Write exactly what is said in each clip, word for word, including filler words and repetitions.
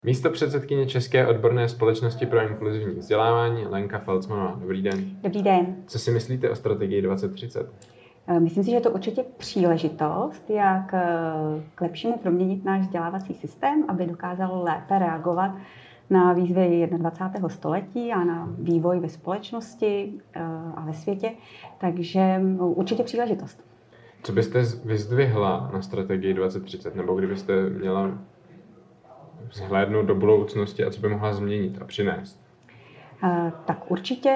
Místopředsedkyně České odborné společnosti pro inkluzivní vzdělávání Lenka Felcmanová. Dobrý den. Dobrý den. Co si myslíte o strategii dvacet třicet? Myslím si, že je to určitě příležitost, jak k lepšímu proměnit náš vzdělávací systém, aby dokázal lépe reagovat na výzvy dvacátého prvního století a na vývoj ve společnosti a ve světě. Takže určitě příležitost. Co byste vyzdvihla na strategii dvacet třicet, nebo kdybyste měla vzhlédnout do budoucnosti a co by mohla změnit a přinést? Tak určitě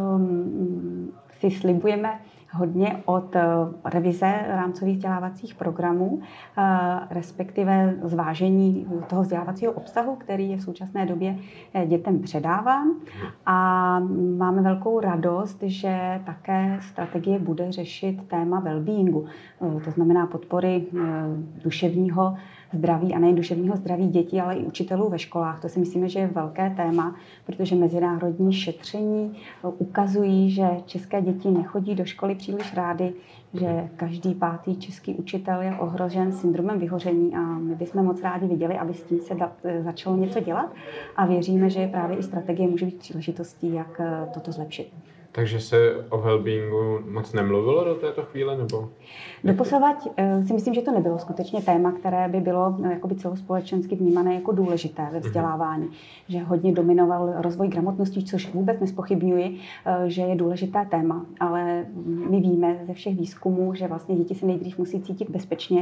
um, si slibujeme hodně od revize rámcových vzdělávacích programů, respektive zvážení toho vzdělávacího obsahu, který je v současné době dětem předáván. A máme velkou radost, že také strategie bude řešit téma wellbeingu, to znamená podpory duševního zdraví a nejen duševního zdraví dětí, ale i učitelů ve školách. To si myslíme, že je velké téma, protože mezinárodní šetření ukazují, že české děti nechodí do školy příliš rády, že každý pátý český učitel je ohrožen syndromem vyhoření a my bychom moc rádi viděli, aby s tím se začalo něco dělat a věříme, že právě i strategie může být příležitostí, jak toto zlepšit. Takže se o wellbeingu moc nemluvilo do této chvíle, nebo? Doposavad si myslím, že to nebylo skutečně téma, které by bylo jakoby celospolečensky vnímané jako důležité ve vzdělávání. Mm-hmm. Že hodně dominoval rozvoj gramotnosti, což vůbec nespochybňuji, že je důležité téma. Ale my víme ze všech výzkumů, že vlastně děti se nejdřív musí cítit bezpečně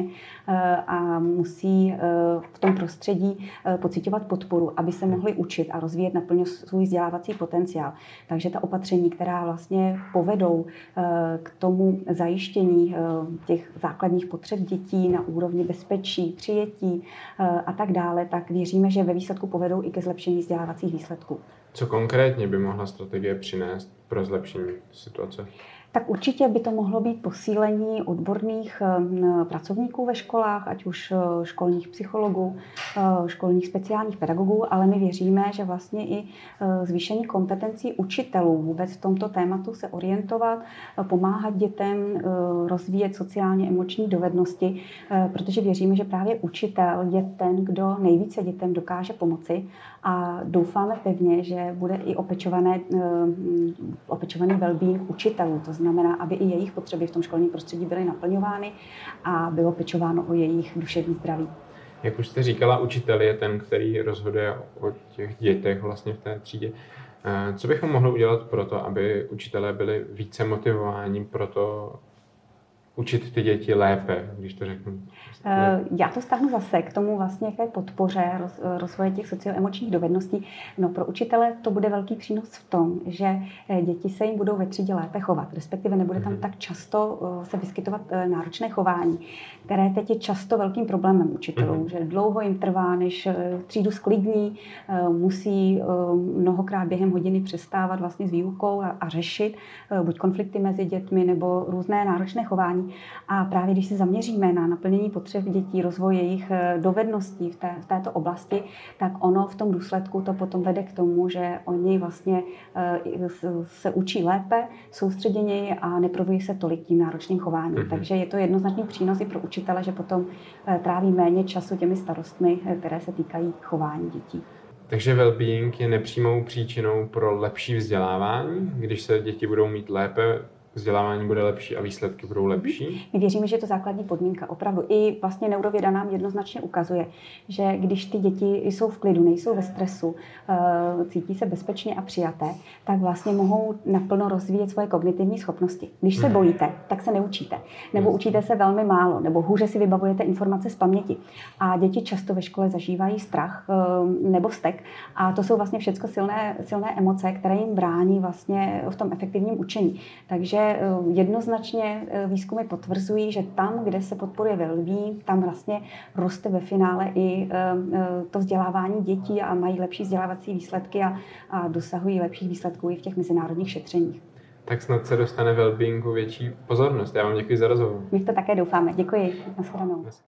a musí v tom prostředí pociťovat podporu, aby se mohli učit a rozvíjet naplno svůj vzdělávací potenciál. Takže ta opatření, která vlastně povedou k tomu zajištění těch základních potřeb dětí na úrovni bezpečí, přijetí a tak dále, tak věříme, že ve výsledku povedou i ke zlepšení vzdělávacích výsledků. Co konkrétně by mohla strategie přinést pro zlepšení situace? Tak určitě by to mohlo být posílení odborných pracovníků ve školách, ať už školních psychologů, školních speciálních pedagogů, ale my věříme, že vlastně i zvýšení kompetencí učitelů vůbec v tomto tématu se orientovat, pomáhat dětem rozvíjet sociálně emoční dovednosti, protože věříme, že právě učitel je ten, kdo nejvíce dětem dokáže pomoci a doufáme pevně, že bude i opečované, opečovaný wellbeing učitelů. To znamená, aby i jejich potřeby v tom školním prostředí byly naplňovány a bylo pečováno o jejich duševní zdraví. Jak už jste říkala, učitel je ten, který rozhoduje o těch dětech vlastně v té třídě. Co bychom mohli udělat pro to, aby učitelé byli více motivováni pro to učit ty děti lépe, když to řeknu? Já to stáhnu zase k tomu vlastně k té podpoře roz, rozvoje těch socioemočních dovedností. No, pro učitele to bude velký přínos v tom, že děti se jim budou ve třídě lépe chovat, respektive nebude tam tak často se vyskytovat náročné chování, které teď je často velkým problémem učitelů, mm. že dlouho jim trvá, než třídu sklidní, musí mnohokrát během hodiny přestávat vlastně s výukou a, a řešit buď konflikty mezi dětmi nebo různé náročné chování. A právě když se zaměříme na naplnění potřeb dětí, rozvoj jejich dovedností v, té, v této oblasti, tak ono v tom důsledku to potom vede k tomu, že oni vlastně se učí lépe, soustředěněji a neprodují se tolik tím náročným chováním. Mm-hmm. Takže je to jednoznačný přínos i pro učitele, že potom tráví méně času těmi starostmi, které se týkají chování dětí. Takže wellbeing je nepřímou příčinou pro lepší vzdělávání, když se děti budou mít lépe, vzdělávání bude lepší a výsledky budou lepší? My věříme, že je to základní podmínka. Opravdu i vlastně neurověda nám jednoznačně ukazuje, že když ty děti jsou v klidu, nejsou ve stresu, cítí se bezpečně a přijaté, tak vlastně mohou naplno rozvíjet svoje kognitivní schopnosti. Když se bojíte, tak se neučíte. Nebo učíte se velmi málo, nebo hůře si vybavujete informace z paměti. A děti často ve škole zažívají strach nebo vztek. A to jsou vlastně všechno silné, silné emoce, které jim brání vlastně v tom efektivním učení. Takže jednoznačně výzkumy potvrzují, že tam, kde se podporuje wellbeing, tam vlastně roste ve finále i to vzdělávání dětí a mají lepší vzdělávací výsledky a, a dosahují lepších výsledků i v těch mezinárodních šetřeních. Tak snad se dostane wellbeingu větší pozornost. Já vám děkuji za rozhovor. My to také doufáme. Děkuji. Nashledanou.